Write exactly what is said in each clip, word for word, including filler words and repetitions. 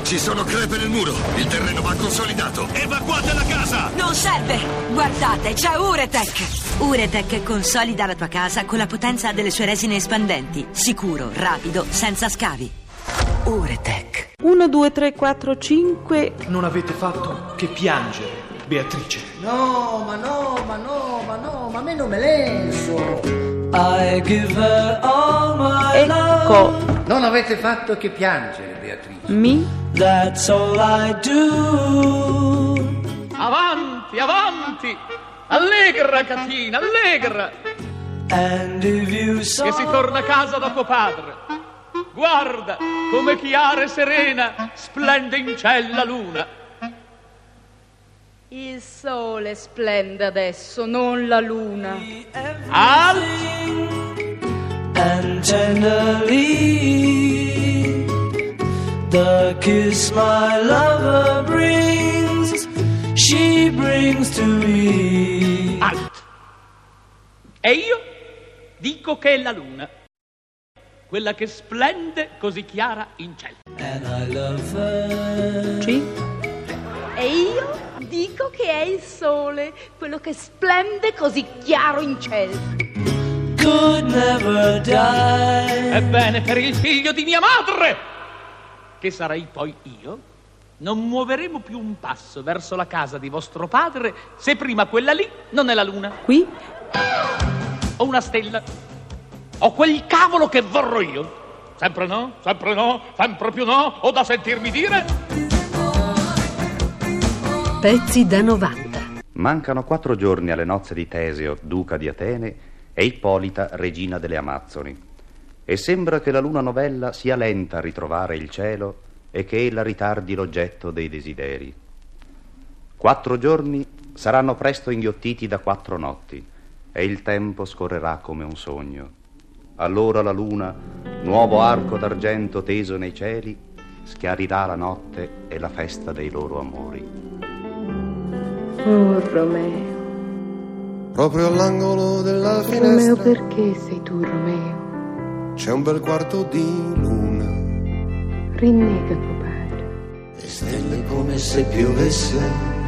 Ci sono crepe nel muro. Il terreno va consolidato. Evacuate la casa! Non serve! Guardate, c'è Uretech! Uretech consolida la tua casa con la potenza delle sue resine espandenti. Sicuro, rapido, senza scavi. Uretech. uno, due, tre, quattro, cinque. Non avete fatto che piangere, Beatrice. No, ma no, ma no, ma no, ma a me non me lenso. I give her all my Ecco. love. Non avete fatto che piangere, Beatrice. Mi. That's all I do. Avanti, avanti! Allegra, Catina, allegra! And if you saw Che si torna a casa da tuo padre. Guarda come chiara e serena splende in cielo la luna. Il sole splende adesso, non la luna. Alti! and tenderly the kiss my lover brings, she brings to me. Alto! E io dico che è la luna, quella che splende così chiara in cielo. And I love her. Sì. E io dico che è il sole, quello che splende così chiaro in cielo. Could never die. Ebbene, per il figlio di mia madre, che sarei poi io, non muoveremo più un passo verso la casa di vostro padre se prima quella lì non è la luna. Qui? O una stella. O quel cavolo che vorrò io. Sempre no, sempre no, sempre più no, o da sentirmi dire. Pezzi da novanta. Mancano quattro giorni alle nozze di Teseo, duca di Atene, e Ippolita, regina delle Amazzoni, e sembra che la luna novella sia lenta a ritrovare il cielo e che ella ritardi l'oggetto dei desideri. Quattro giorni saranno presto inghiottiti da quattro notti e il tempo scorrerà come un sogno. Allora la luna, nuovo arco d'argento teso nei cieli, schiarirà la notte e la festa dei loro amori. Oh, Romeo. Proprio all'angolo della finestra. Romeo, perché sei tu, Romeo? C'è un bel quarto di luna. Rinnega tuo padre. E stelle come se piovesse.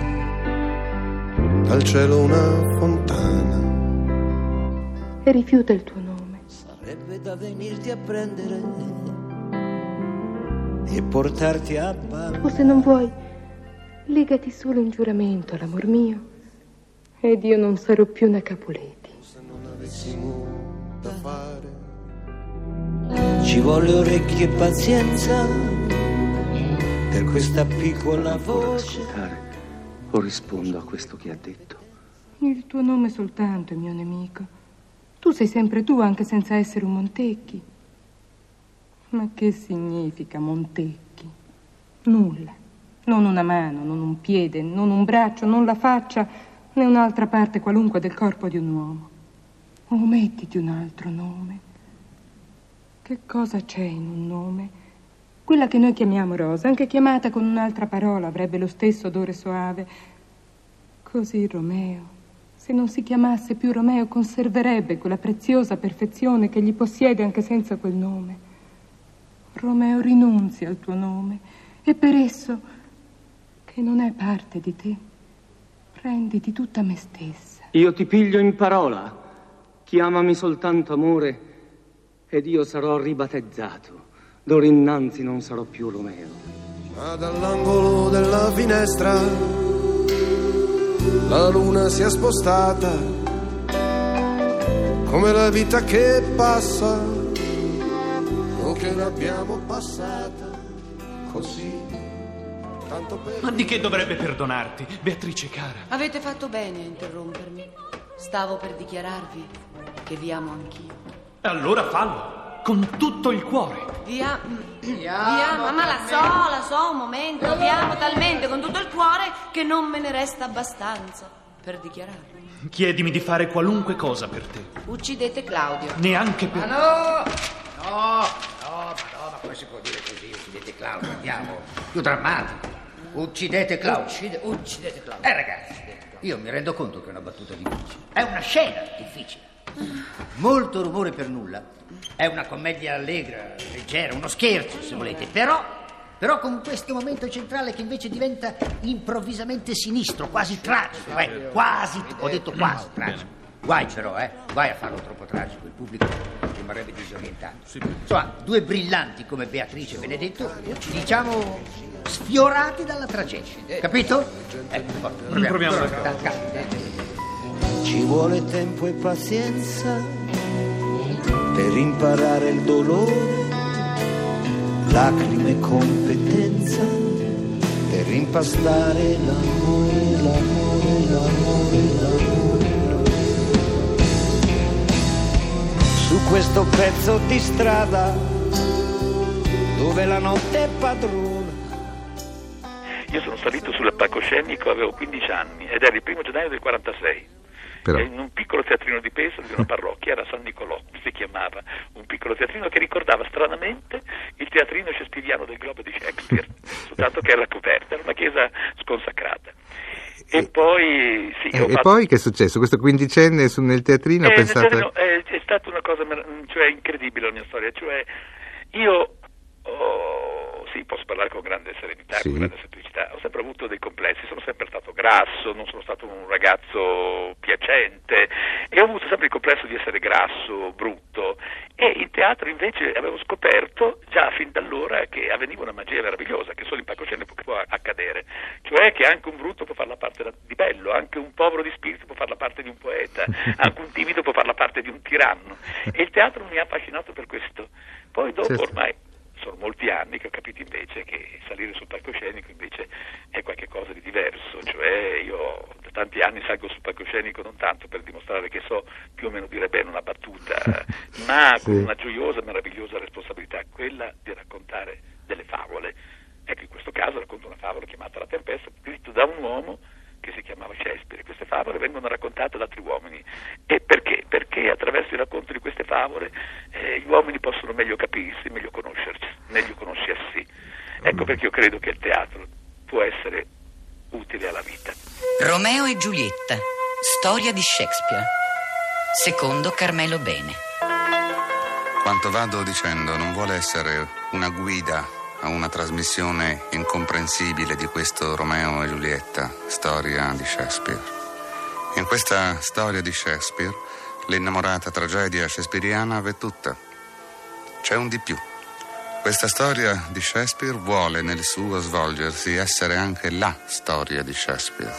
Dal cielo una fontana. E rifiuta il tuo nome. Sarebbe da venirti a prendere e portarti a ballare. O se non vuoi, legati solo in giuramento all'amor mio, ed io non sarò più una Capuleti. Se non avessimo da fare. Ci vuole orecchie e pazienza per questa piccola voce. O rispondo a questo che ha detto? Il tuo nome soltanto è mio nemico. Tu sei sempre tu, anche senza essere un Montecchi. Ma che significa Montecchi? Nulla. Non una mano, non un piede, non un braccio, non la faccia, né un'altra parte qualunque del corpo di un uomo. O mettiti un altro nome. Che cosa c'è in un nome? Quella che noi chiamiamo rosa, anche chiamata con un'altra parola, avrebbe lo stesso odore soave. Così Romeo, se non si chiamasse più Romeo, conserverebbe quella preziosa perfezione che gli possiede anche senza quel nome. Romeo, rinunzia al tuo nome e per esso, che non è parte di te, prenditi tutta me stessa. Io ti piglio in parola. Chiamami soltanto amore ed io sarò ribattezzato. D'ora innanzi non sarò più Romeo. Ma dall'angolo della finestra la luna si è spostata, come la vita che passa o che l'abbiamo passata così. Tanto per... Ma di che dovrebbe perdonarti, Beatrice cara? Avete fatto bene a interrompermi. Stavo per dichiararvi che vi amo anch'io. Allora fallo, con tutto il cuore. Vi amo, vi amo, ma la so, la so, un momento. Vi amo talmente con tutto il cuore che non me ne resta abbastanza per dichiararvi. Chiedimi di fare qualunque cosa per te. Uccidete Claudio. Neanche per... Ma no! No, no, ma no, ma come si può dire così? Uccidete Claudio, andiamo. Più drammatico. Uccidete Claudio. Uccide, uccidete Claudio. Eh ragazzi, io mi rendo conto che è una battuta difficile. È una scena difficile. Molto rumore per nulla. È una commedia allegra, leggera, uno scherzo se volete. Però però con questo momento centrale che invece diventa improvvisamente sinistro, quasi tragico, eh, quasi, ho detto quasi tragico. Guai però, eh, guai a farlo troppo tragico, il pubblico rimarrebbe disorientato. Insomma, due brillanti come Beatrice e Benedetto, ci diciamo sfiorati dalla tragedia, capito? Ecco, proviamo, proviamo. Ci vuole tempo e pazienza per imparare il dolore, lacrime e competenza per impastare l'amore, l'amore, l'amore, l'amore. Su questo pezzo di strada dove la notte è padrona. Io sono salito sul palcoscenico, avevo quindici anni ed era il primo gennaio del quarantasei. Però. In un piccolo teatrino di Pesaro di una parrocchia, era San Nicolò, si chiamava, un piccolo teatrino che ricordava stranamente il teatrino shakespeariano del Globo di Shakespeare, soltanto che era coperta, era una chiesa sconsacrata. E, e poi sì, e, ho e fatto... poi che è successo? Questo quindicenne su, nel teatrino eh, ha pensato... nel teatrino, è, è stata una cosa cioè, incredibile la mia storia, cioè io oh, sì, posso parlare con grande serenità, sì. con grande semplicità, ho sempre avuto dei complessi, sono sempre stato grasso, non sono stato un ragazzo piacente e ho avuto sempre il complesso di essere grasso, brutto, e in teatro invece avevo scoperto già fin da allora che avveniva una magia meravigliosa che solo in palcoscenico può accadere, cioè che anche un brutto può fare la parte di bello, anche un povero di spirito può fare la parte di un poeta, anche un timido può fare la parte di un tiranno, e il teatro mi ha affascinato per questo. Poi dopo certo. ormai sono molti anni che ho capito invece che salire sul palcoscenico invece è qualcosa di diverso, cioè io da tanti anni salgo sul palcoscenico non tanto per dimostrare che so più o meno dire bene una battuta, ma sì. con una gioiosa, meravigliosa responsabilità, quella di raccontare delle favole. Ecco, in questo caso racconto una favola chiamata La Tempesta, scritto da un uomo che si chiamava Shakespeare. Queste favole vengono raccontate da altri uomini. E perché? Perché attraverso il racconto di queste favole eh, gli uomini possono meglio capirsi, meglio conoscersi, meglio conoscersi. Ecco perché io credo che il teatro può essere utile alla vita. Romeo e Giulietta, storia di Shakespeare, secondo Carmelo Bene. Quanto vado dicendo non vuole essere una guida a una trasmissione incomprensibile di questo Romeo e Giulietta, storia di Shakespeare. In questa storia di Shakespeare, l'innamorata tragedia shakespeariana v'è tutta. C'è un di più. Questa storia di Shakespeare vuole nel suo svolgersi essere anche la storia di Shakespeare.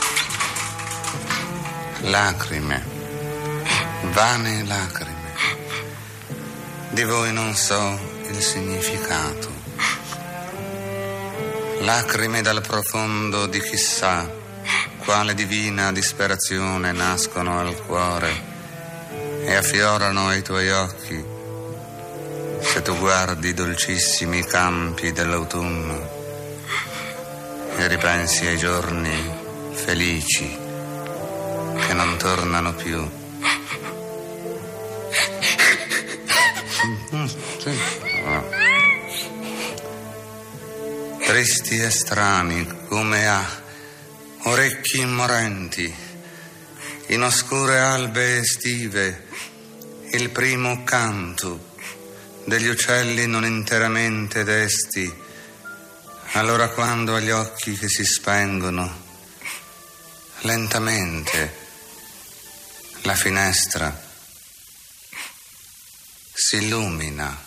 Lacrime, vane lacrime. Di voi non so il significato. Lacrime dal profondo di chissà quale divina disperazione nascono al cuore e affiorano ai tuoi occhi se tu guardi i dolcissimi campi dell'autunno e ripensi ai giorni felici che non tornano più. Tristi e strani come a orecchi morenti, in oscure albe estive, il primo canto degli uccelli non interamente desti, allora quando agli occhi che si spengono, lentamente la finestra si illumina.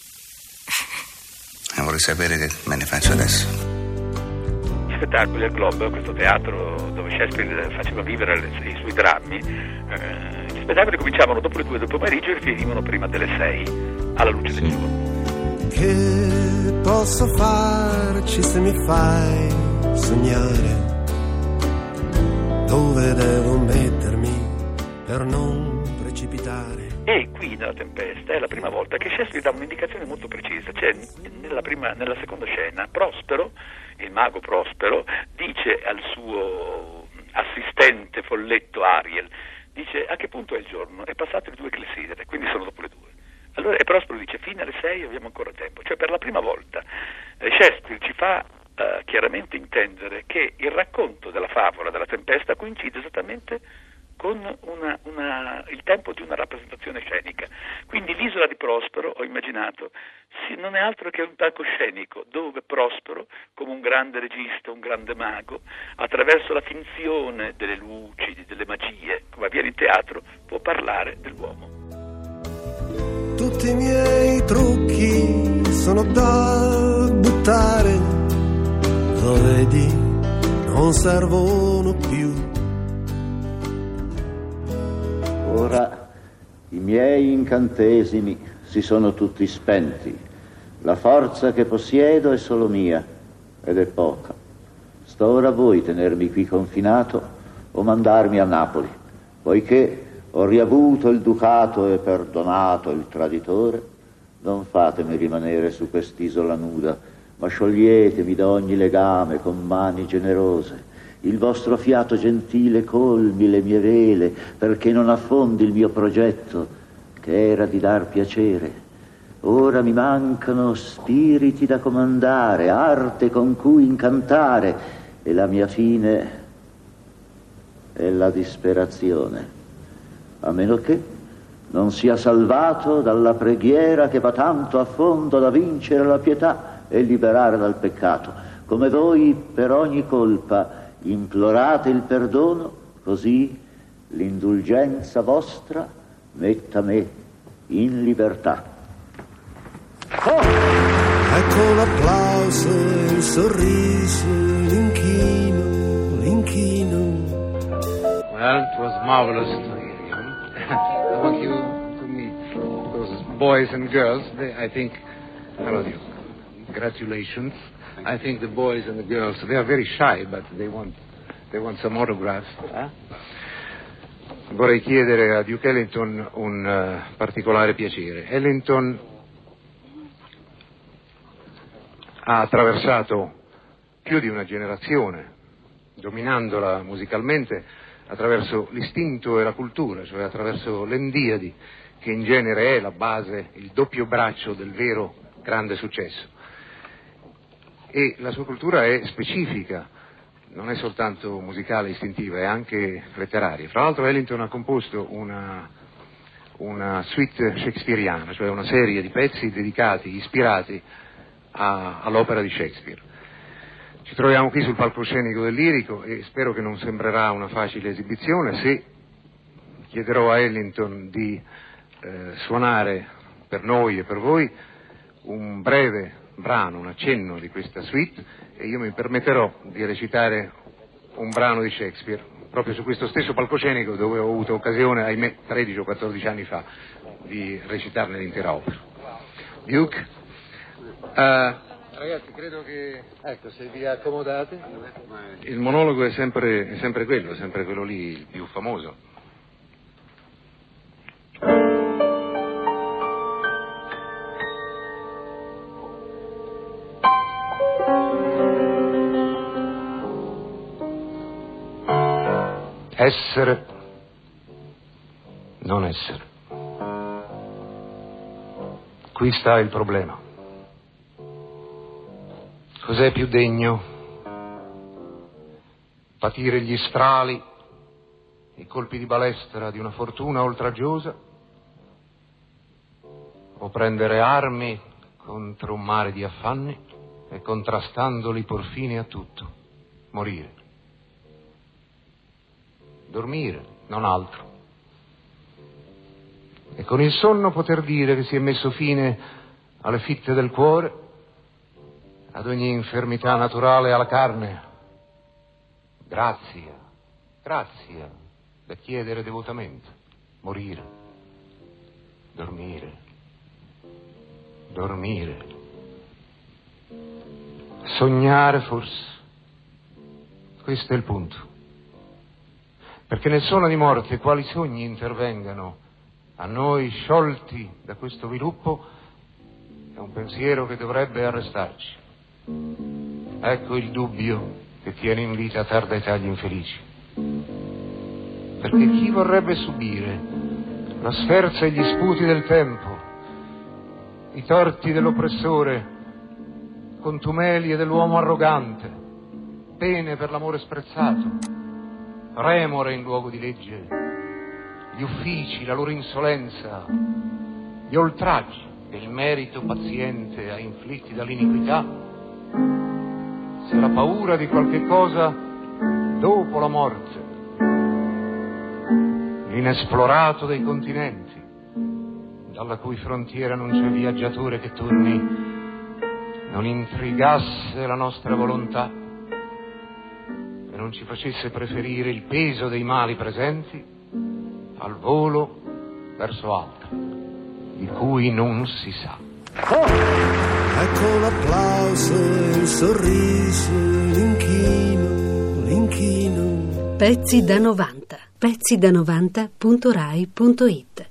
E vorrei sapere che me ne faccio adesso. Gli spettacoli al Globo, questo teatro dove Shakespeare faceva vivere i suoi drammi, eh, gli spettacoli cominciavano dopo le due del pomeriggio e finivano prima delle sei, alla luce del giorno. Che posso farci se mi fai sognare? Dove devo mettermi per non precipitare? E qui nella Tempesta è la prima volta che Shakespeare dà un'indicazione molto precisa, cioè nella, prima, nella seconda scena Prospero, il mago Prospero, dice al suo assistente folletto Ariel, dice a che punto è il giorno? È passato le due clessidere, quindi sono dopo le due. Allora e Prospero dice fino alle sei abbiamo ancora tempo, cioè per la prima volta eh, Shakespeare ci fa eh, chiaramente intendere che il racconto della favola della Tempesta coincide esattamente con una, una, il tempo di una rappresentazione scenica. Quindi l'isola di Prospero, ho immaginato, sì, non è altro che un palcoscenico dove Prospero, come un grande regista, un grande mago, attraverso la finzione delle luci, delle magie, come avviene in teatro, può parlare dell'uomo. Tutti i miei trucchi sono da buttare, lo vedi, non servono più. Ora i miei incantesimi si sono tutti spenti. La forza che possiedo è solo mia ed è poca. Sto ora a voi tenermi qui confinato o mandarmi a Napoli, poiché ho riavuto il ducato e perdonato il traditore. Non fatemi rimanere su quest'isola nuda, ma scioglietemi da ogni legame con mani generose. Il vostro fiato gentile colmi le mie vele, perché non affondi il mio progetto, che era di dar piacere. Ora mi mancano spiriti da comandare, arte con cui incantare, e la mia fine è la disperazione, a meno che non sia salvato dalla preghiera che va tanto a fondo da vincere la pietà e liberare dal peccato. Come voi per ogni colpa implorate il perdono, così l'indulgenza vostra metta me in libertà. Oh! Ecco l'applauso, il sorriso, l'inchino, l'inchino. Well, it was marvelous to hear you. I want you to meet those boys and girls. They, I think, hello, you. Congratulations. I think the boys and the girls, they are very shy, but they want, they want some autographs. Eh? Vorrei chiedere a Duke Ellington un uh, particolare piacere. Ellington ha attraversato più di una generazione, dominandola musicalmente attraverso l'istinto e la cultura, cioè attraverso l'endiadi, che in genere è la base, il doppio braccio del vero grande successo. E la sua cultura è specifica, non è soltanto musicale e istintiva, è anche letteraria. Fra l'altro Ellington ha composto una, una suite shakespeariana, cioè una serie di pezzi dedicati, ispirati a, all'opera di Shakespeare. Ci troviamo qui sul palcoscenico del Lirico e spero che non sembrerà una facile esibizione se chiederò a Ellington di eh, suonare per noi e per voi un breve brano, un accenno di questa suite, e io mi permetterò di recitare un brano di Shakespeare proprio su questo stesso palcoscenico dove ho avuto occasione, ahimè, tredici o quattordici anni fa di recitarne l'intera opera. Duke, uh, ragazzi, credo che, ecco, se vi accomodate, il monologo è sempre, è sempre quello, è sempre quello lì, il più famoso. Essere, non essere. Qui sta il problema. Cos'è più degno? Patire gli strali, i colpi di balestra di una fortuna oltraggiosa, o prendere armi contro un mare di affanni e contrastandoli porfini a tutto, morire. Dormire, non altro. E con il sonno poter dire che si è messo fine alle fitte del cuore, ad ogni infermità naturale alla carne. Grazia, grazia, da chiedere devotamente. Morire, dormire, dormire. Sognare forse. Questo è il punto. Perché nel sonno di morte quali sogni intervengano a noi sciolti da questo viluppo è un pensiero che dovrebbe arrestarci. Ecco il dubbio che tiene in vita a tarda età gli infelici. Perché chi vorrebbe subire la sferza e gli sputi del tempo, i torti dell'oppressore, contumelie dell'uomo arrogante, pene per l'amore sprezzato, remore in luogo di legge, gli uffici, la loro insolenza, gli oltraggi e il merito paziente a inflitti dall'iniquità, se la paura di qualche cosa dopo la morte, l'inesplorato dei continenti, dalla cui frontiera non c'è viaggiatore che torni, non intrigasse la nostra volontà e non ci facesse preferire il peso dei mali presenti al volo verso altro, di cui non si sa. Ecco l'applauso, il sorriso, l'inchino, l'inchino. Pezzi da novanta. pezzi da novanta punto rai punto it